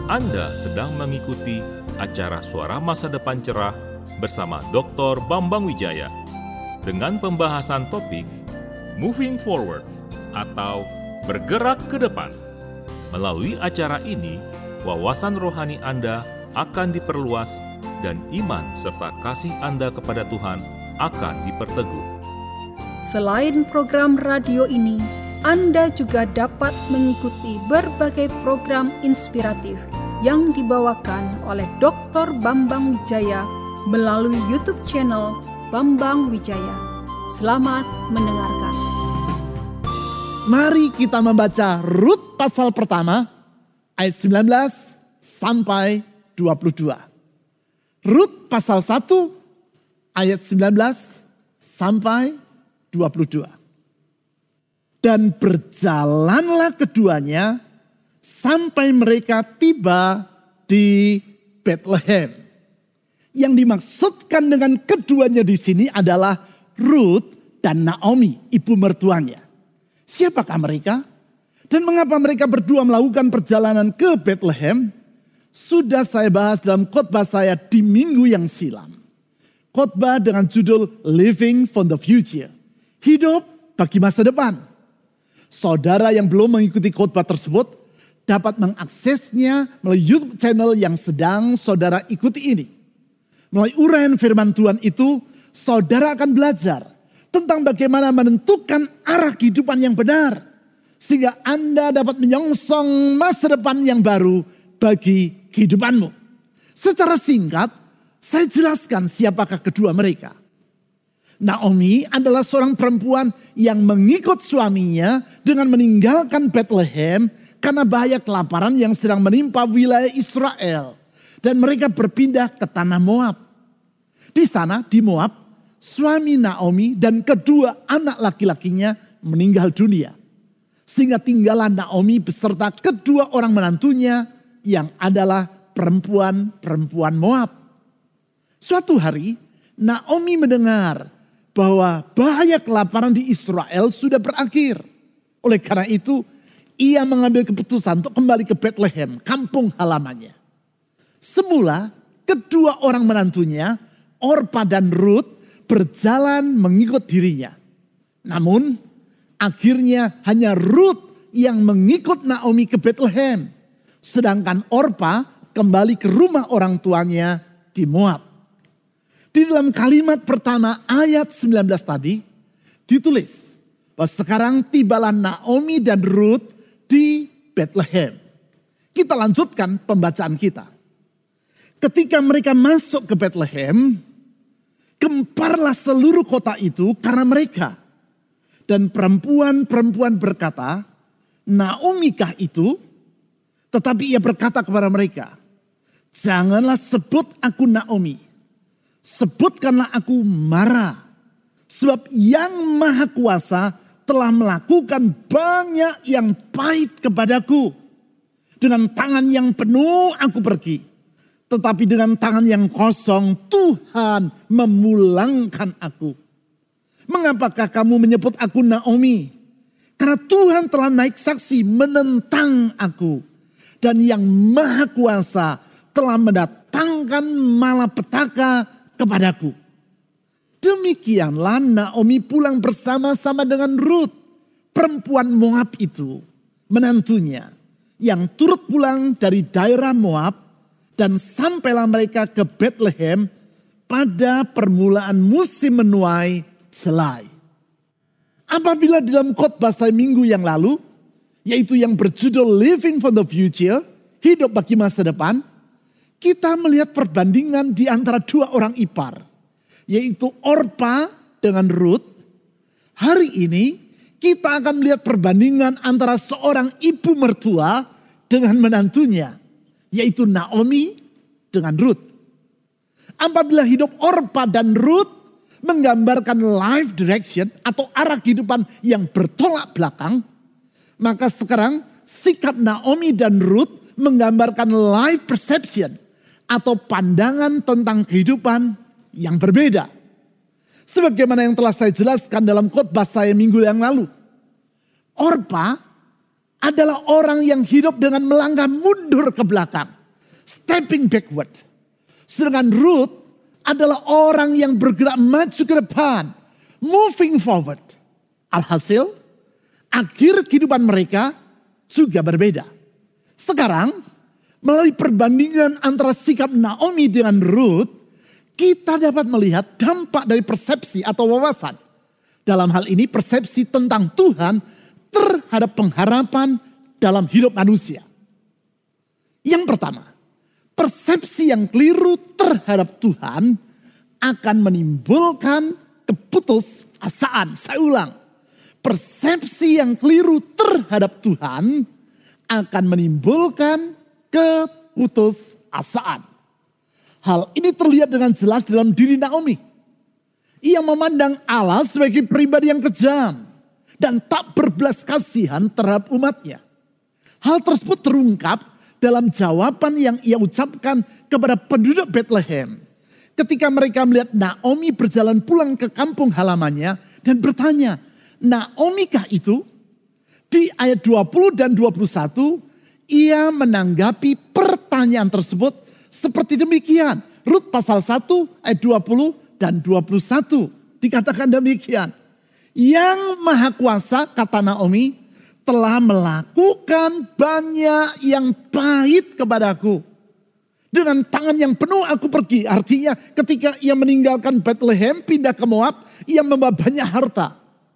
Anda sedang mengikuti acara Suara Masa Depan Cerah bersama Dr. Bambang Wijaya dengan pembahasan topik Moving Forward atau bergerak ke depan. Melalui acara ini, wawasan rohani Anda akan diperluas dan iman serta kasih Anda kepada Tuhan akan diperteguh. Selain program radio ini, Anda juga dapat mengikuti berbagai program inspiratif yang dibawakan oleh Dr. Bambang Wijaya melalui YouTube channel Bambang Wijaya. Selamat mendengarkan. Mari kita membaca Rut pasal pertama ayat 19 sampai 22. Rut pasal 1 ayat 19 sampai 22. Dan berjalanlah keduanya sampai mereka tiba di Bethlehem. Yang dimaksudkan dengan keduanya di sini adalah Rut dan Naomi, ibu mertuanya. Siapakah mereka? Dan mengapa mereka berdua melakukan perjalanan ke Bethlehem? Sudah saya bahas dalam khotbah saya di minggu yang silam. Khotbah dengan judul Living for the Future. Hidup bagi masa depan. Saudara yang belum mengikuti khotbah tersebut dapat mengaksesnya melalui YouTube channel yang sedang saudara ikuti ini. Melalui uraian firman Tuhan itu, saudara akan belajar tentang bagaimana menentukan arah kehidupan yang benar. Sehingga Anda dapat menyongsong masa depan yang baru bagi kehidupanmu. Secara singkat, saya jelaskan siapakah kedua mereka. Naomi adalah seorang perempuan yang mengikut suaminya dengan meninggalkan Bethlehem karena bahaya kelaparan yang sedang menimpa wilayah Israel. Dan mereka berpindah ke tanah Moab. Di sana, di Moab, suami Naomi dan kedua anak laki-lakinya meninggal dunia. Sehingga tinggallah Naomi beserta kedua orang menantunya yang adalah perempuan-perempuan Moab. Suatu hari, Naomi mendengar bahwa bahaya kelaparan di Israel sudah berakhir. Oleh karena itu, ia mengambil keputusan untuk kembali ke Bethlehem, kampung halamannya. Semula, kedua orang menantunya, Orpa dan Rut, berjalan mengikut dirinya. Namun, akhirnya hanya Rut yang mengikut Naomi ke Bethlehem. Sedangkan Orpa kembali ke rumah orang tuanya di Moab. Di dalam kalimat pertama ayat 19 tadi, ditulis bahwa sekarang tibalah Naomi dan Rut di Bethlehem. Kita lanjutkan pembacaan kita. Ketika mereka masuk ke Bethlehem, gemparlah seluruh kota itu karena mereka. Dan perempuan-perempuan berkata, Naomi-kah itu? Tetapi ia berkata kepada mereka, janganlah sebut aku Naomi. Sebutkanlah aku Mara. Sebab yang Maha Kuasa telah melakukan banyak yang pahit kepadaku. Dengan tangan yang penuh aku pergi. Tetapi dengan tangan yang kosong Tuhan memulangkan aku. Mengapakah kamu menyebut aku Naomi? Karena Tuhan telah naik saksi menentang aku. Dan yang Maha Kuasa telah mendatangkan malapetaka kepadaku. Demikianlah Naomi pulang bersama-sama dengan Rut, perempuan Moab itu, menantunya, yang turut pulang dari daerah Moab. Dan sampailah mereka ke Bethlehem pada permulaan musim menuai selai. Apabila dalam khotbah saya minggu yang lalu, yaitu yang berjudul Living for the Future, hidup bagi masa depan, kita melihat perbandingan di antara dua orang ipar, yaitu Orpa dengan Rut. Hari ini kita akan melihat perbandingan antara seorang ibu mertua dengan menantunya, yaitu Naomi dengan Rut. Apabila hidup Orpa dan Rut menggambarkan life direction atau arah kehidupan yang bertolak belakang, maka sekarang sikap Naomi dan Rut menggambarkan life perception atau pandangan tentang kehidupan yang berbeda. Sebagaimana yang telah saya jelaskan dalam khotbah saya minggu yang lalu. Orpa adalah orang yang hidup dengan melangkah mundur ke belakang. stepping backward. Sedangkan Ruth adalah orang yang bergerak maju ke depan, moving forward. Alhasil, akhir kehidupan mereka juga berbeda. Sekarang, melalui perbandingan antara sikap Naomi dengan Ruth, kita dapat melihat dampak dari persepsi atau wawasan. Dalam hal ini persepsi tentang Tuhan terhadap pengharapan dalam hidup manusia. Yang pertama, persepsi yang keliru terhadap Tuhan akan menimbulkan keputusasaan. Saya ulang, persepsi yang keliru terhadap Tuhan akan menimbulkan keputusasaan. Hal ini terlihat dengan jelas dalam diri Naomi. Ia memandang Allah sebagai pribadi yang kejam dan tak berbelas kasihan terhadap umatnya. Hal tersebut terungkap dalam jawaban yang ia ucapkan kepada penduduk Bethlehem. Ketika mereka melihat Naomi berjalan pulang ke kampung halamannya dan bertanya, Naomi kah itu? Di ayat 20 dan 21, ia menanggapi pertanyaan tersebut seperti demikian. Rut pasal 1 ayat 20 dan 21 dikatakan demikian. Yang Maha Kuasa, kata Naomi, telah melakukan banyak yang pahit kepadaku. Dengan tangan yang penuh aku pergi. Artinya ketika ia meninggalkan Bethlehem pindah ke Moab, ia membawa banyak harta.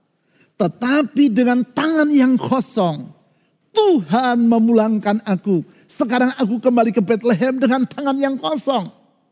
Tetapi dengan tangan yang kosong, Tuhan memulangkan aku. Sekarang aku kembali ke Bethlehem dengan tangan yang kosong.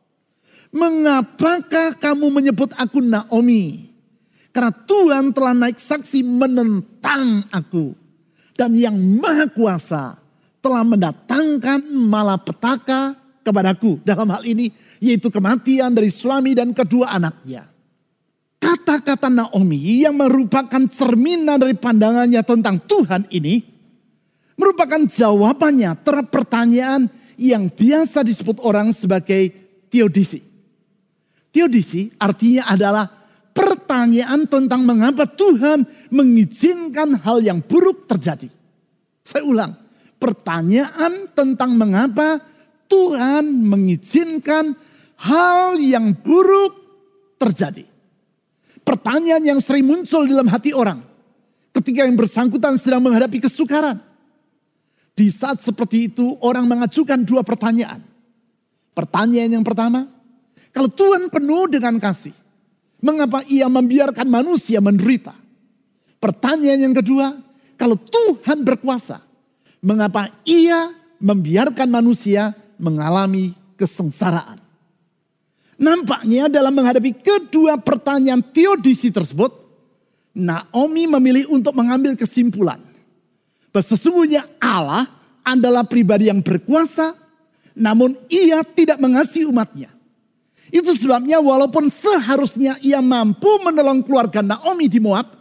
Mengapakah kamu menyebut aku Naomi? Karena Tuhan telah naik saksi menentang aku. Dan yang Maha Kuasa telah mendatangkan malapetaka kepadaku. Dalam hal ini yaitu kematian dari suami dan kedua anaknya. Kata-kata Naomi yang merupakan cerminan dari pandangannya tentang Tuhan ini merupakan jawabannya terhadap pertanyaan yang biasa disebut orang sebagai teodisi. Teodisi artinya adalah pertanyaan tentang mengapa Tuhan mengizinkan hal yang buruk terjadi. Saya ulang, pertanyaan tentang mengapa Tuhan mengizinkan hal yang buruk terjadi. Pertanyaan yang sering muncul dalam hati orang ketika yang bersangkutan sedang menghadapi kesukaran. Di saat seperti itu orang mengajukan dua pertanyaan. Pertanyaan yang pertama, kalau Tuhan penuh dengan kasih, mengapa ia membiarkan manusia menderita? Pertanyaan yang kedua, kalau Tuhan berkuasa, mengapa ia membiarkan manusia mengalami kesengsaraan? Nampaknya dalam menghadapi kedua pertanyaan teodisi tersebut, Naomi memilih untuk mengambil kesimpulan bahwa sesungguhnya Allah adalah pribadi yang berkuasa, namun ia tidak mengasihi umatnya. Itu sebabnya walaupun seharusnya ia mampu menolong keluarga Naomi di Moab,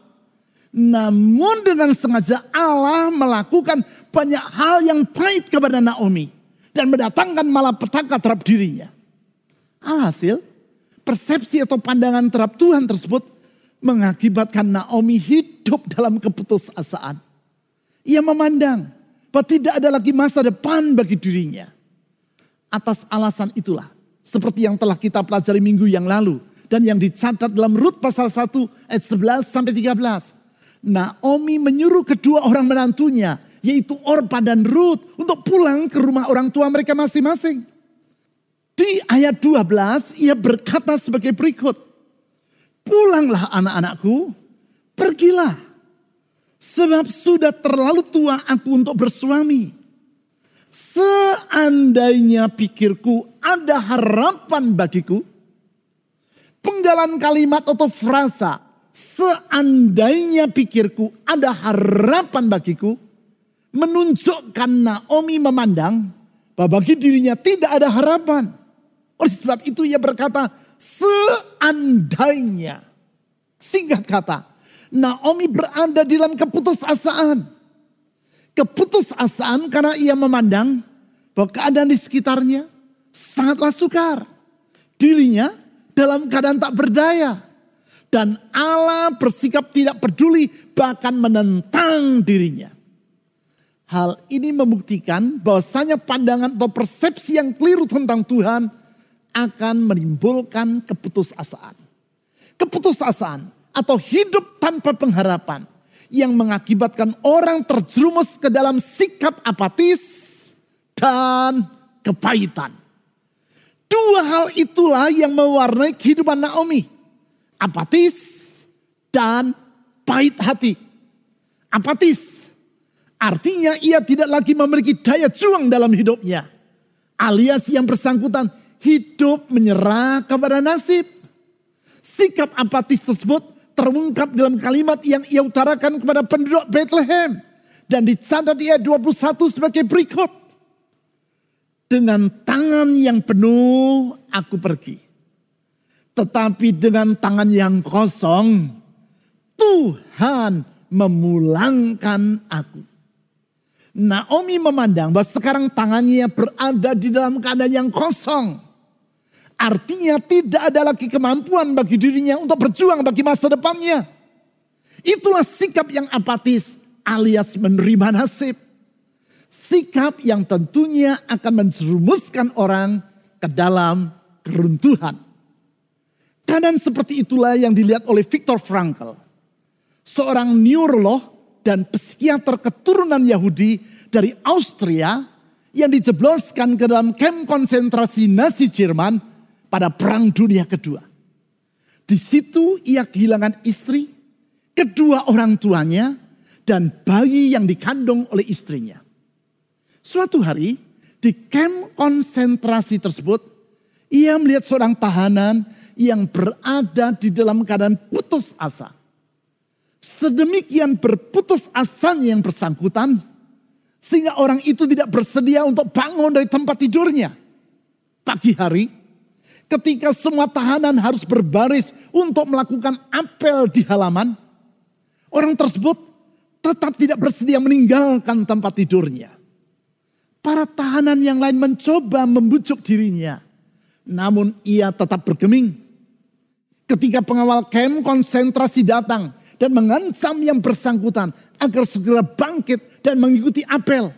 namun dengan sengaja Allah melakukan banyak hal yang pahit kepada Naomi dan mendatangkan malapetaka terhadap dirinya. Alhasil, persepsi atau pandangan terhadap Tuhan tersebut mengakibatkan Naomi hidup dalam keputusasaan. Ia memandang bahwa tidak ada lagi masa depan bagi dirinya. Atas alasan itulah, seperti yang telah kita pelajari minggu yang lalu dan yang dicatat dalam Rut pasal 1 ayat 11 sampai 13. Naomi menyuruh kedua orang menantunya, yaitu Orpa dan Rut, untuk pulang ke rumah orang tua mereka masing-masing. Di ayat 12 ia berkata sebagai berikut. Pulanglah anak-anakku, pergilah. Sebab sudah terlalu tua aku untuk bersuami. Seandainya pikirku ada harapan bagiku. Penggalan kalimat atau frasa. Seandainya pikirku ada harapan bagiku. Menunjukkan Naomi memandang bahwa bagi dirinya tidak ada harapan. Oleh sebab itu ia berkata seandainya. Singkat kata, Naomi berada di dalam keputusasaan. Keputusasaan karena ia memandang bahwa keadaan di sekitarnya sangatlah sukar. Dirinya dalam keadaan tak berdaya. Dan Allah bersikap tidak peduli bahkan menentang dirinya. Hal ini membuktikan bahwasanya pandangan atau persepsi yang keliru tentang Tuhan akan menimbulkan keputusasaan. Keputusasaan atau hidup tanpa pengharapan yang mengakibatkan orang terjerumus ke dalam sikap apatis dan kepahitan. Dua hal itulah yang mewarnai kehidupan Naomi. Apatis dan pahit hati. Apatis artinya ia tidak lagi memiliki daya juang dalam hidupnya. Alias yang bersangkutan hidup menyerah kepada nasib. Sikap apatis tersebut terungkap dalam kalimat yang ia utarakan kepada penduduk Bethlehem. Dan dicatat di ayat 21 sebagai berikut. Dengan tangan yang penuh aku pergi. Tetapi dengan tangan yang kosong Tuhan memulangkan aku. Naomi memandang bahwa sekarang tangannya berada di dalam keadaan yang kosong. Artinya tidak ada lagi kemampuan bagi dirinya untuk berjuang bagi masa depannya. Itulah sikap yang apatis alias menerima nasib. Sikap yang tentunya akan menjerumuskan orang ke dalam keruntuhan. Keadaan seperti itulah yang dilihat oleh Viktor Frankl. Seorang neurolog dan psikiater keturunan Yahudi dari Austria yang dijebloskan ke dalam kamp konsentrasi Nazi Jerman pada Perang Dunia Kedua. Di situ ia kehilangan istri, kedua orang tuanya, dan bayi yang dikandung oleh istrinya. Suatu hari di kamp konsentrasi tersebut, ia melihat seorang tahanan yang berada di dalam keadaan putus asa. Sedemikian berputus asanya yang bersangkutan, sehingga orang itu tidak bersedia untuk bangun dari tempat tidurnya. Pagi hari, ketika semua tahanan harus berbaris untuk melakukan apel di halaman, orang tersebut tetap tidak bersedia meninggalkan tempat tidurnya. Para tahanan yang lain mencoba membujuk dirinya, namun ia tetap bergeming. Ketika pengawal kamp konsentrasi datang dan mengancam yang bersangkutan agar segera bangkit dan mengikuti apel,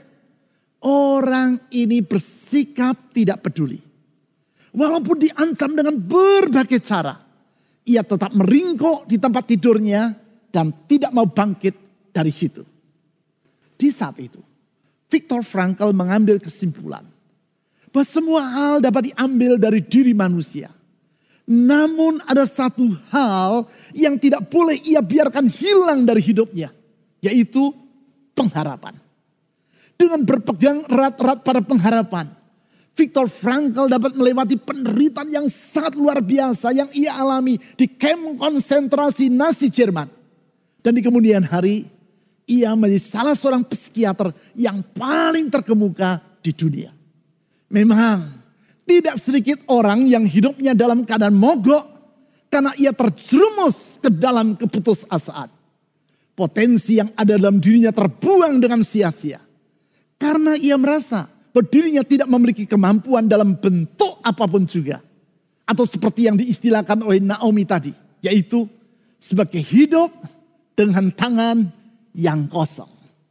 orang ini bersikap tidak peduli. Walaupun diancam dengan berbagai cara, ia tetap meringkuk di tempat tidurnya dan tidak mau bangkit dari situ. Di saat itu, Viktor Frankl mengambil kesimpulan bahwa semua hal dapat diambil dari diri manusia. Namun ada satu hal yang tidak boleh ia biarkan hilang dari hidupnya, yaitu pengharapan. Dengan berpegang erat-erat pada pengharapan, Viktor Frankl dapat melewati penderitaan yang sangat luar biasa yang ia alami di kamp konsentrasi Nazi Jerman. Dan di kemudian hari, ia menjadi salah seorang psikiater yang paling terkemuka di dunia. Memang tidak sedikit orang yang hidupnya dalam keadaan mogok karena ia terjerumus ke dalam keputusasaan. Potensi yang ada dalam dirinya terbuang dengan sia-sia. Karena ia merasa bahwa dirinya tidak memiliki kemampuan dalam bentuk apapun juga. Atau seperti yang diistilahkan oleh Naomi tadi. Yaitu sebagai hidup dengan tangan yang kosong.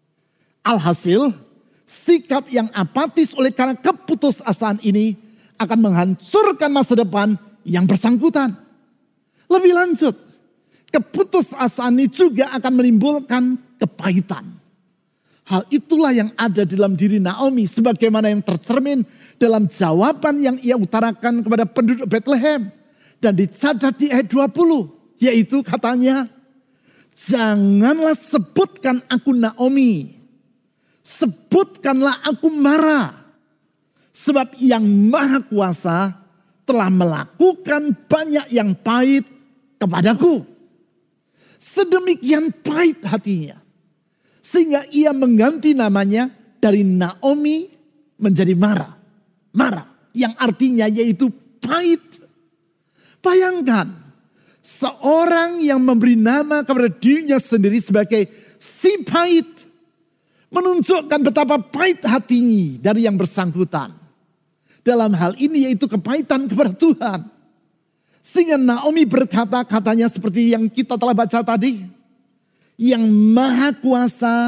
Alhasil, sikap yang apatis oleh karena keputusasaan ini akan menghancurkan masa depan yang bersangkutan. Lebih lanjut, keputusasaan ini juga akan menimbulkan kepahitan. Hal itulah yang ada dalam diri Naomi sebagaimana yang tercermin dalam jawaban yang ia utarakan kepada penduduk Bethlehem. Dan dicatat di ayat 20, yaitu katanya, janganlah sebutkan aku Naomi, sebutkanlah aku Mara. Sebab yang Maha Kuasa telah melakukan banyak yang pahit kepadaku. Sedemikian pahit hatinya. Sehingga ia mengganti namanya dari Naomi menjadi Mara. Mara yang artinya yaitu pahit. Bayangkan seorang yang memberi nama kepada dirinya sendiri sebagai si pahit. Menunjukkan betapa pahit hatinya dari yang bersangkutan. Dalam hal ini yaitu kepahitan kepada Tuhan. Sehingga Naomi berkata katanya seperti yang kita telah baca tadi. Yang Maha Kuasa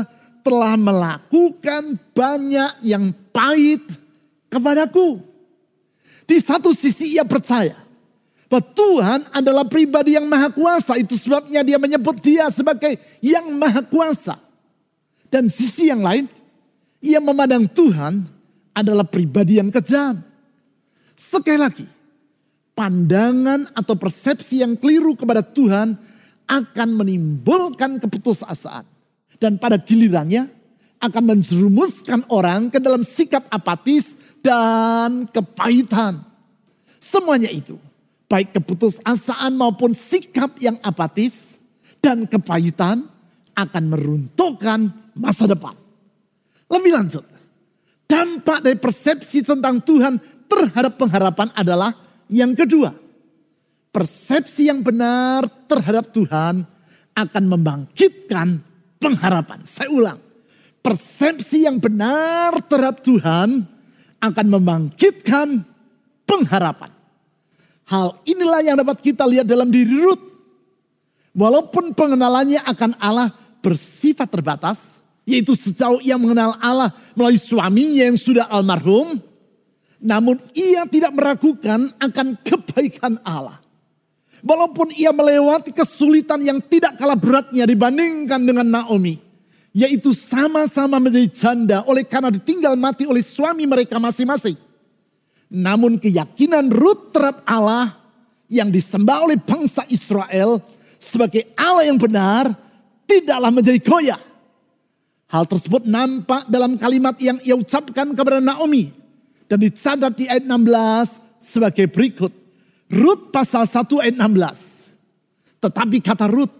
telah melakukan banyak yang pahit kepadaku. Di satu sisi ia percaya bahwa Tuhan adalah pribadi yang maha kuasa. Itu sebabnya dia menyebut dia sebagai yang maha kuasa. Dan sisi yang lain, ia memandang Tuhan adalah pribadi yang kejam. Sekali lagi, pandangan atau persepsi yang keliru kepada Tuhan akan menimbulkan keputusasaan. Dan pada gilirannya akan menjerumuskan orang ke dalam sikap apatis dan kepahitan. Semuanya itu, baik keputusasaan maupun sikap yang apatis dan kepahitan akan meruntuhkan masa depan. Lebih lanjut, dampak dari persepsi tentang Tuhan terhadap pengharapan adalah yang kedua. Persepsi yang benar terhadap Tuhan akan membangkitkan pengharapan. Saya ulang, persepsi yang benar terhadap Tuhan akan membangkitkan pengharapan. Hal inilah yang dapat kita lihat dalam diri Rut. Walaupun pengenalannya akan Allah bersifat terbatas, yaitu sejauh ia mengenal Allah melalui suaminya yang sudah almarhum, namun ia tidak meragukan akan kebaikan Allah. Walaupun ia melewati kesulitan yang tidak kalah beratnya dibandingkan dengan Naomi, yaitu sama-sama menjadi janda oleh karena ditinggal mati oleh suami mereka masing-masing. Namun keyakinan Rut terhadap Allah yang disembah oleh bangsa Israel sebagai Allah yang benar tidaklah menjadi goyah. Hal tersebut nampak dalam kalimat yang ia ucapkan kepada Naomi dan dicatat di ayat 16 sebagai berikut. Rut pasal 1 ayat 16. Tetapi kata Rut,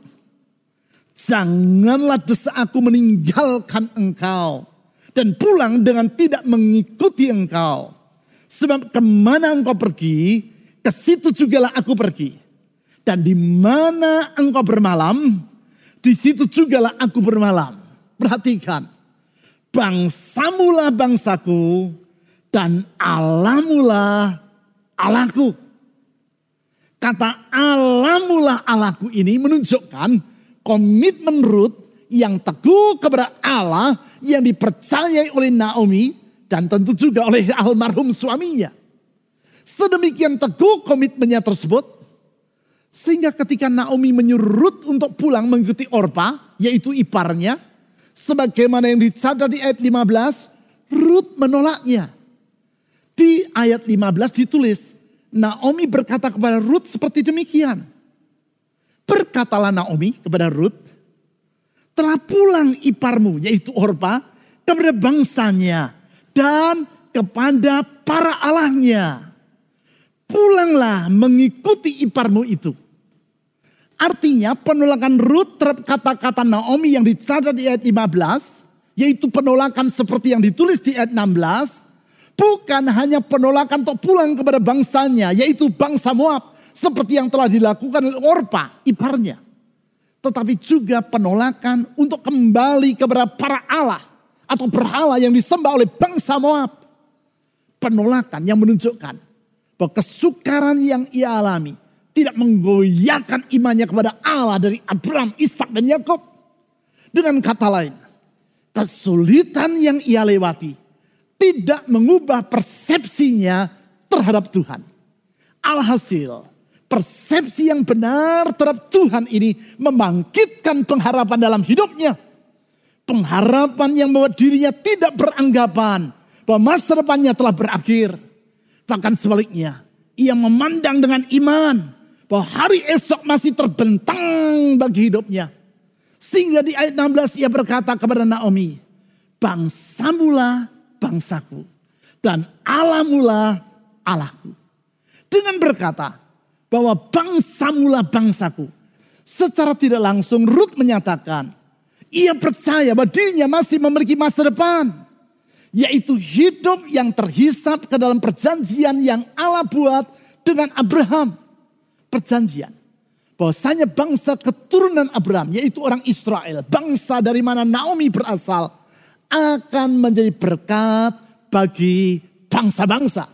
janganlah desak aku meninggalkan engkau dan pulang dengan tidak mengikuti engkau. Sebab kemana engkau pergi, ke situ jugalah aku pergi. Dan di mana engkau bermalam, di situ jugalah aku bermalam. Perhatikan, bangsamulah bangsaku dan Allahmulah Allahku. Kata Allahmulah Allahku ini menunjukkan komitmen Rut yang teguh kepada Allah yang dipercayai oleh Naomi dan tentu juga oleh almarhum suaminya. Sedemikian teguh komitmennya tersebut sehingga ketika Naomi menyuruh Rut untuk pulang mengikuti Orpa, yaitu iparnya, sebagaimana yang dicatat di ayat 15, Rut menolaknya. Di ayat 15 ditulis, Naomi berkata kepada Rut seperti demikian. Berkatalah Naomi kepada Rut, telah pulang iparmu yaitu Orpa kepada bangsanya dan kepada para allahnya. Pulanglah mengikuti iparmu itu. Artinya penolakan Rut terhadap kata-kata Naomi yang dicatat di ayat 15, yaitu penolakan seperti yang ditulis di ayat 16, bukan hanya penolakan untuk pulang kepada bangsanya, yaitu bangsa Moab, seperti yang telah dilakukan oleh Orpa, iparnya. Tetapi juga penolakan untuk kembali kepada para Allah atau berhala yang disembah oleh bangsa Moab. Penolakan yang menunjukkan bahwa kesukaran yang ia alami tidak menggoyahkan imannya kepada Allah dari Abraham, Ishak dan Yakub. Dengan kata lain, kesulitan yang ia lewati tidak mengubah persepsinya terhadap Tuhan. Alhasil, persepsi yang benar terhadap Tuhan ini membangkitkan pengharapan dalam hidupnya. Pengharapan yang membuat dirinya tidak beranggapan bahwa masa depannya telah berakhir. Bahkan sebaliknya, ia memandang dengan iman bahwa hari esok masih terbentang bagi hidupnya. Sehingga di ayat 16 ia berkata kepada Naomi, bangsamulah bangsaku dan Allahmulah Allahku. Dengan berkata bahwa bangsamulah bangsaku, secara tidak langsung Rut menyatakan ia percaya bahwa dirinya masih memiliki masa depan, yaitu hidup yang terhisap ke dalam perjanjian yang Allah buat dengan Abraham. Perjanjian bahwasanya bangsa keturunan Abraham, yaitu orang Israel, bangsa dari mana Naomi berasal, akan menjadi berkat bagi bangsa-bangsa.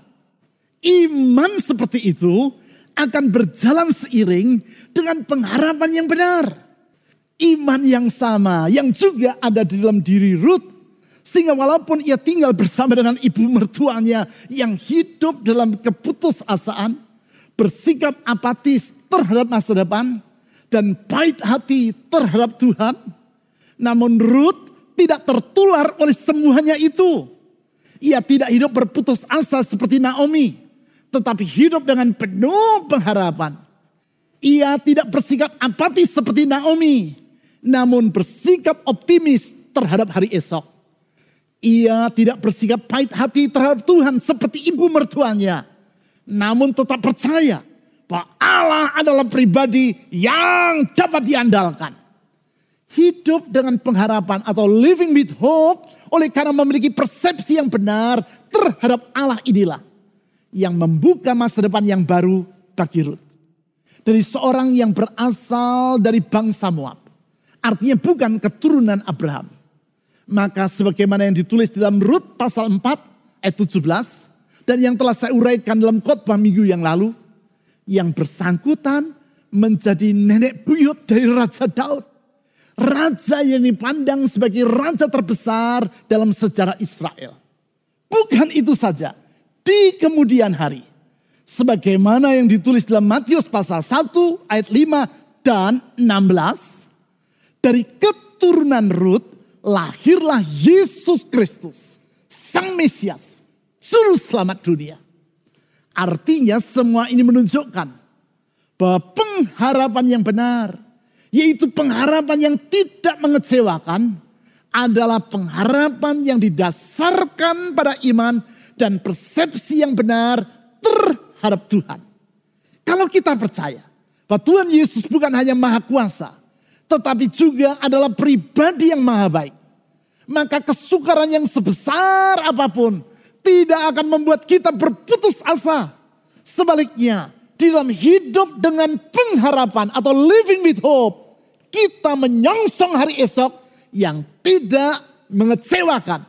Iman seperti itu akan berjalan seiring dengan pengharapan yang benar. iman yang sama yang juga ada di dalam diri Ruth. Sehingga walaupun ia tinggal bersama dengan ibu mertuanya yang hidup dalam keputusasaan, bersikap apatis terhadap masa depan, dan pahit hati terhadap Tuhan, namun Ruth tidak tertular oleh semuanya itu. Ia tidak hidup berputus asa seperti Naomi, tetapi hidup dengan penuh pengharapan. Ia tidak bersikap apatis seperti Naomi, namun bersikap optimis terhadap hari esok. Ia tidak bersikap pahit hati terhadap Tuhan seperti ibu mertuanya, namun tetap percaya bahwa Allah adalah pribadi yang dapat diandalkan. Hidup dengan pengharapan atau living with hope oleh karena memiliki persepsi yang benar terhadap Allah inilah yang membuka masa depan yang baru bagi Ruth. Dari seorang yang berasal dari bangsa Moab, artinya bukan keturunan Abraham. Maka sebagaimana yang ditulis dalam Rut pasal 4 ayat 17 dan yang telah saya uraikan dalam khotbah minggu yang lalu, yang bersangkutan menjadi nenek buyut dari Raja Daud. Raja yang dipandang sebagai raja terbesar dalam sejarah Israel. Bukan itu saja, di kemudian hari, sebagaimana yang ditulis dalam Matius pasal 1 ayat 5 dan 16, dari keturunan Rut lahirlah Yesus Kristus, Sang Mesias, Juru Selamat dunia. Artinya semua ini menunjukkan bahwa pengharapan yang benar, yaitu pengharapan yang tidak mengecewakan, adalah pengharapan yang didasarkan pada iman dan persepsi yang benar terhadap Tuhan. Kalau kita percaya bahwa Tuhan Yesus bukan hanya Maha Kuasa, tetapi juga adalah pribadi yang maha baik, maka kesukaran yang sebesar apapun tidak akan membuat kita berputus asa. Sebaliknya, di dalam hidup dengan pengharapan atau living with hope, kita menyongsong hari esok yang tidak mengecewakan.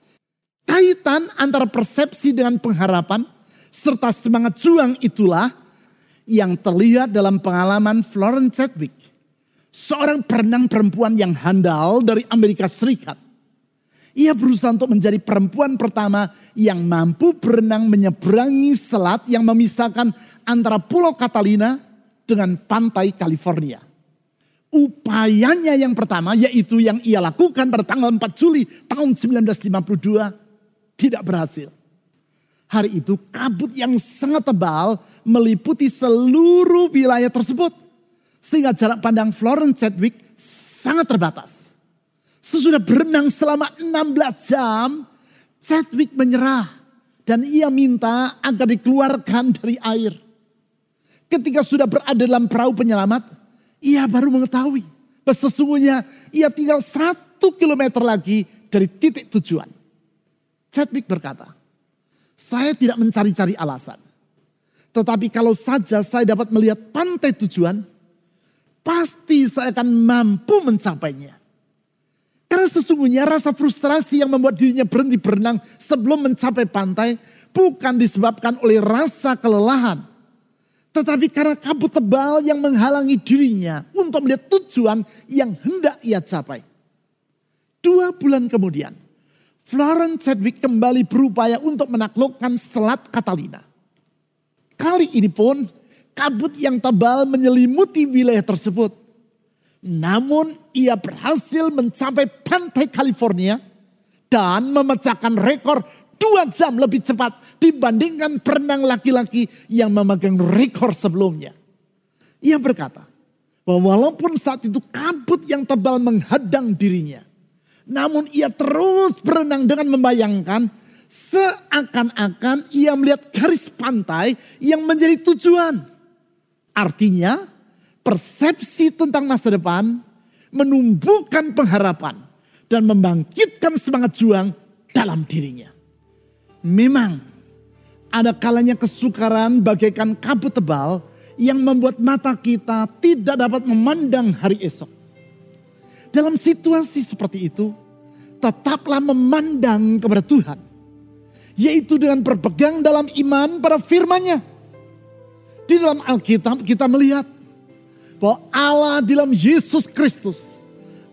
Kaitan antara persepsi dengan pengharapan serta semangat juang itulah yang terlihat dalam pengalaman Florence Chadwick, seorang perenang perempuan yang handal dari Amerika Serikat. Ia berusaha untuk menjadi perempuan pertama yang mampu berenang menyeberangi selat yang memisahkan antara Pulau Catalina dengan pantai California. Upayanya yang pertama, yaitu yang ia lakukan pada tanggal 4 Juli tahun 1952, tidak berhasil. Hari itu kabut yang sangat tebal meliputi seluruh wilayah tersebut, sehingga jarak pandang Florence Chadwick sangat terbatas. Sesudah berenang selama 16 jam, Chadwick menyerah dan ia minta agar dikeluarkan dari air. Ketika sudah berada dalam perahu penyelamat, ia baru mengetahui bahwa sesungguhnya ia tinggal 1 kilometer lagi dari titik tujuan. Chadwick berkata, "Saya tidak mencari-cari alasan. Tetapi kalau saja saya dapat melihat pantai tujuan, pasti saya akan mampu mencapainya." Karena sesungguhnya rasa frustrasi yang membuat dirinya berhenti berenang sebelum mencapai pantai bukan disebabkan oleh rasa kelelahan, tetapi karena kabut tebal yang menghalangi dirinya untuk melihat tujuan yang hendak ia capai. 2 bulan kemudian, Florence Chadwick kembali berupaya untuk menaklukkan Selat Catalina. Kali ini pun kabut yang tebal menyelimuti wilayah tersebut. Namun ia berhasil mencapai pantai California dan memecahkan rekor 2 jam lebih cepat dibandingkan perenang laki-laki yang memegang rekor sebelumnya. Ia berkata bahwa walaupun saat itu kabut yang tebal menghadang dirinya, namun ia terus berenang dengan membayangkan seakan-akan ia melihat garis pantai yang menjadi tujuan. Artinya, persepsi tentang masa depan menumbuhkan pengharapan dan membangkitkan semangat juang dalam dirinya. Memang ada kalanya kesukaran bagaikan kabut tebal yang membuat mata kita tidak dapat memandang hari esok. Dalam situasi seperti itu, tetaplah memandang kepada Tuhan, yaitu dengan berpegang dalam iman pada firman-Nya. Di dalam Alkitab kita melihat bahwa Allah di dalam Yesus Kristus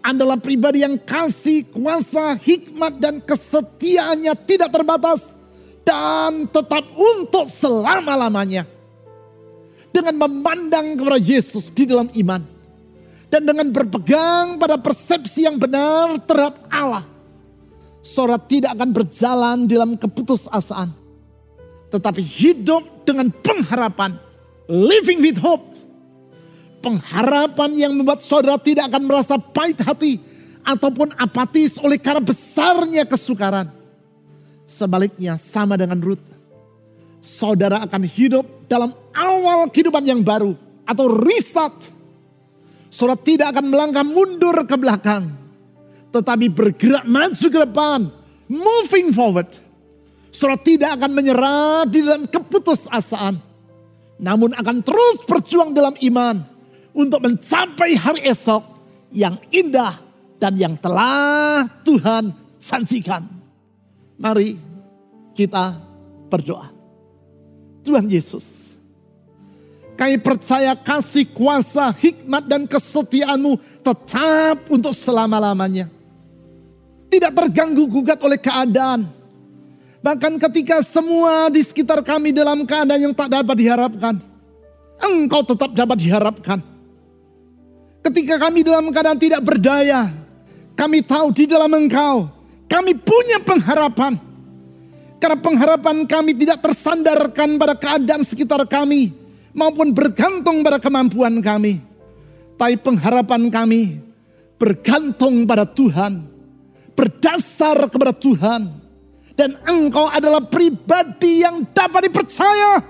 adalah pribadi yang kasih, kuasa, hikmat, dan kesetiaannya tidak terbatas dan tetap untuk selama-lamanya. Dengan memandang kepada Yesus di dalam iman dan dengan berpegang pada persepsi yang benar terhadap Allah, saudara tidak akan berjalan dalam keputusasaan, tetapi hidup dengan pengharapan, living with hope. Pengharapan yang membuat saudara tidak akan merasa pahit hati ataupun apatis oleh karena besarnya kesukaran. Sebaliknya sama dengan Rut, saudara akan hidup dalam awal kehidupan yang baru atau restart. Saudara tidak akan melangkah mundur ke belakang, tetapi bergerak maju ke depan, moving forward. Saudara tidak akan menyerah di dalam keputusasaan, namun akan terus berjuang dalam iman untuk mencapai hari esok yang indah dan yang telah Tuhan janjikan. Mari kita berdoa. Tuhan Yesus, kami percaya kasih, kuasa, hikmat, dan kesetiaan-Mu tetap untuk selama-lamanya. Tidak terganggu gugat oleh keadaan. Bahkan ketika semua di sekitar kami dalam keadaan yang tak dapat diharapkan, Engkau tetap dapat diharapkan. Ketika kami dalam keadaan tidak berdaya, kami tahu di dalam Engkau, kami punya pengharapan. Karena pengharapan kami tidak tersandarkan pada keadaan sekitar kami, maupun bergantung pada kemampuan kami. Tapi pengharapan kami bergantung pada Tuhan, berdasar kepada Tuhan. Dan Engkau adalah pribadi yang dapat dipercaya.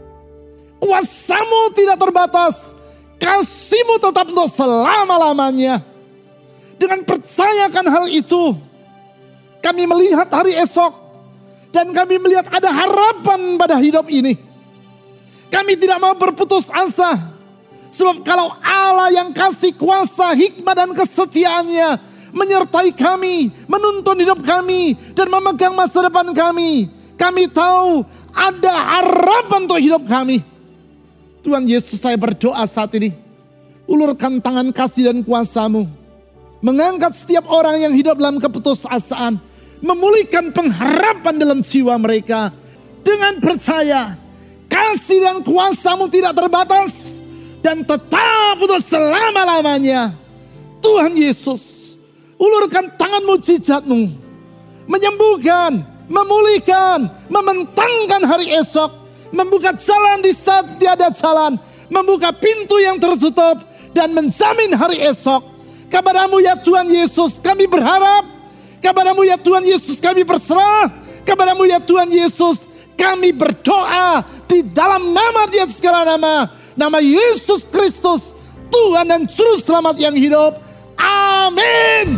Kuasa-Mu tidak terbatas. Kasih-Mu tetap untuk selama-lamanya. Dengan percayakan hal itu, kami melihat hari esok. Dan kami melihat ada harapan pada hidup ini. Kami tidak mau berputus asa. Sebab kalau Allah yang kasih kuasa, hikmat, dan kesetiaannya menyertai kami, menuntun hidup kami, dan memegang masa depan kami, kami tahu ada harapan untuk hidup kami. Tuhan Yesus, saya berdoa saat ini, ulurkan tangan kasih dan kuasa-Mu, mengangkat setiap orang yang hidup dalam keputusasaan, memulihkan pengharapan dalam jiwa mereka, dengan percaya kasih dan kuasa-Mu tidak terbatas, dan tetap untuk selama-lamanya. Tuhan Yesus, ulurkan tangan mujizat-Mu, menyembuhkan, memulihkan, membentangkan hari esok, membuka jalan di saat tiada jalan, membuka pintu yang tertutup, dan menjamin hari esok. Kepada-Mu ya Tuhan Yesus kami berharap, kepada-Mu ya Tuhan Yesus kami berserah, kepada-Mu ya Tuhan Yesus kami berdoa di dalam nama di atas segala nama, nama Yesus Kristus, Tuhan dan Juru Selamat yang hidup. Amin.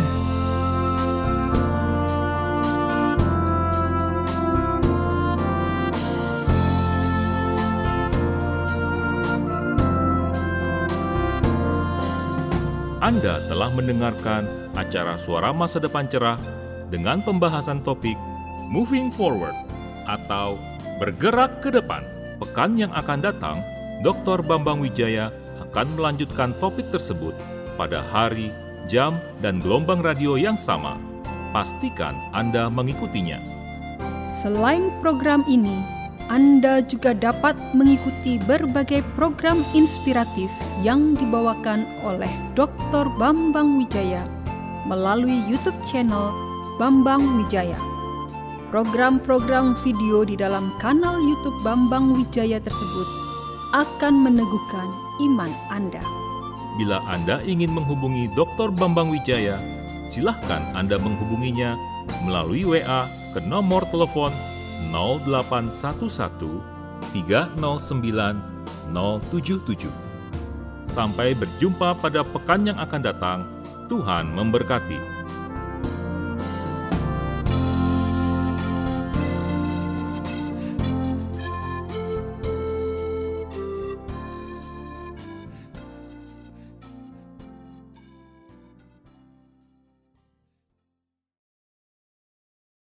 Anda telah mendengarkan acara Suara Masa Depan Cerah dengan pembahasan topik Moving Forward atau Bergerak ke Depan. Pekan yang akan datang, Dr. Bambang Wijaya akan melanjutkan topik tersebut pada hari, jam, dan gelombang radio yang sama. Pastikan Anda mengikutinya. Selain program ini, Anda juga dapat mengikuti berbagai program inspiratif yang dibawakan oleh Dr. Bambang Wijaya melalui YouTube channel Bambang Wijaya. Program-program video di dalam kanal YouTube Bambang Wijaya tersebut akan meneguhkan iman Anda. Bila Anda ingin menghubungi Dr. Bambang Wijaya, silahkan Anda menghubunginya melalui WA ke nomor telepon 0811 309 077. Sampai berjumpa pada pekan yang akan datang. Tuhan memberkati.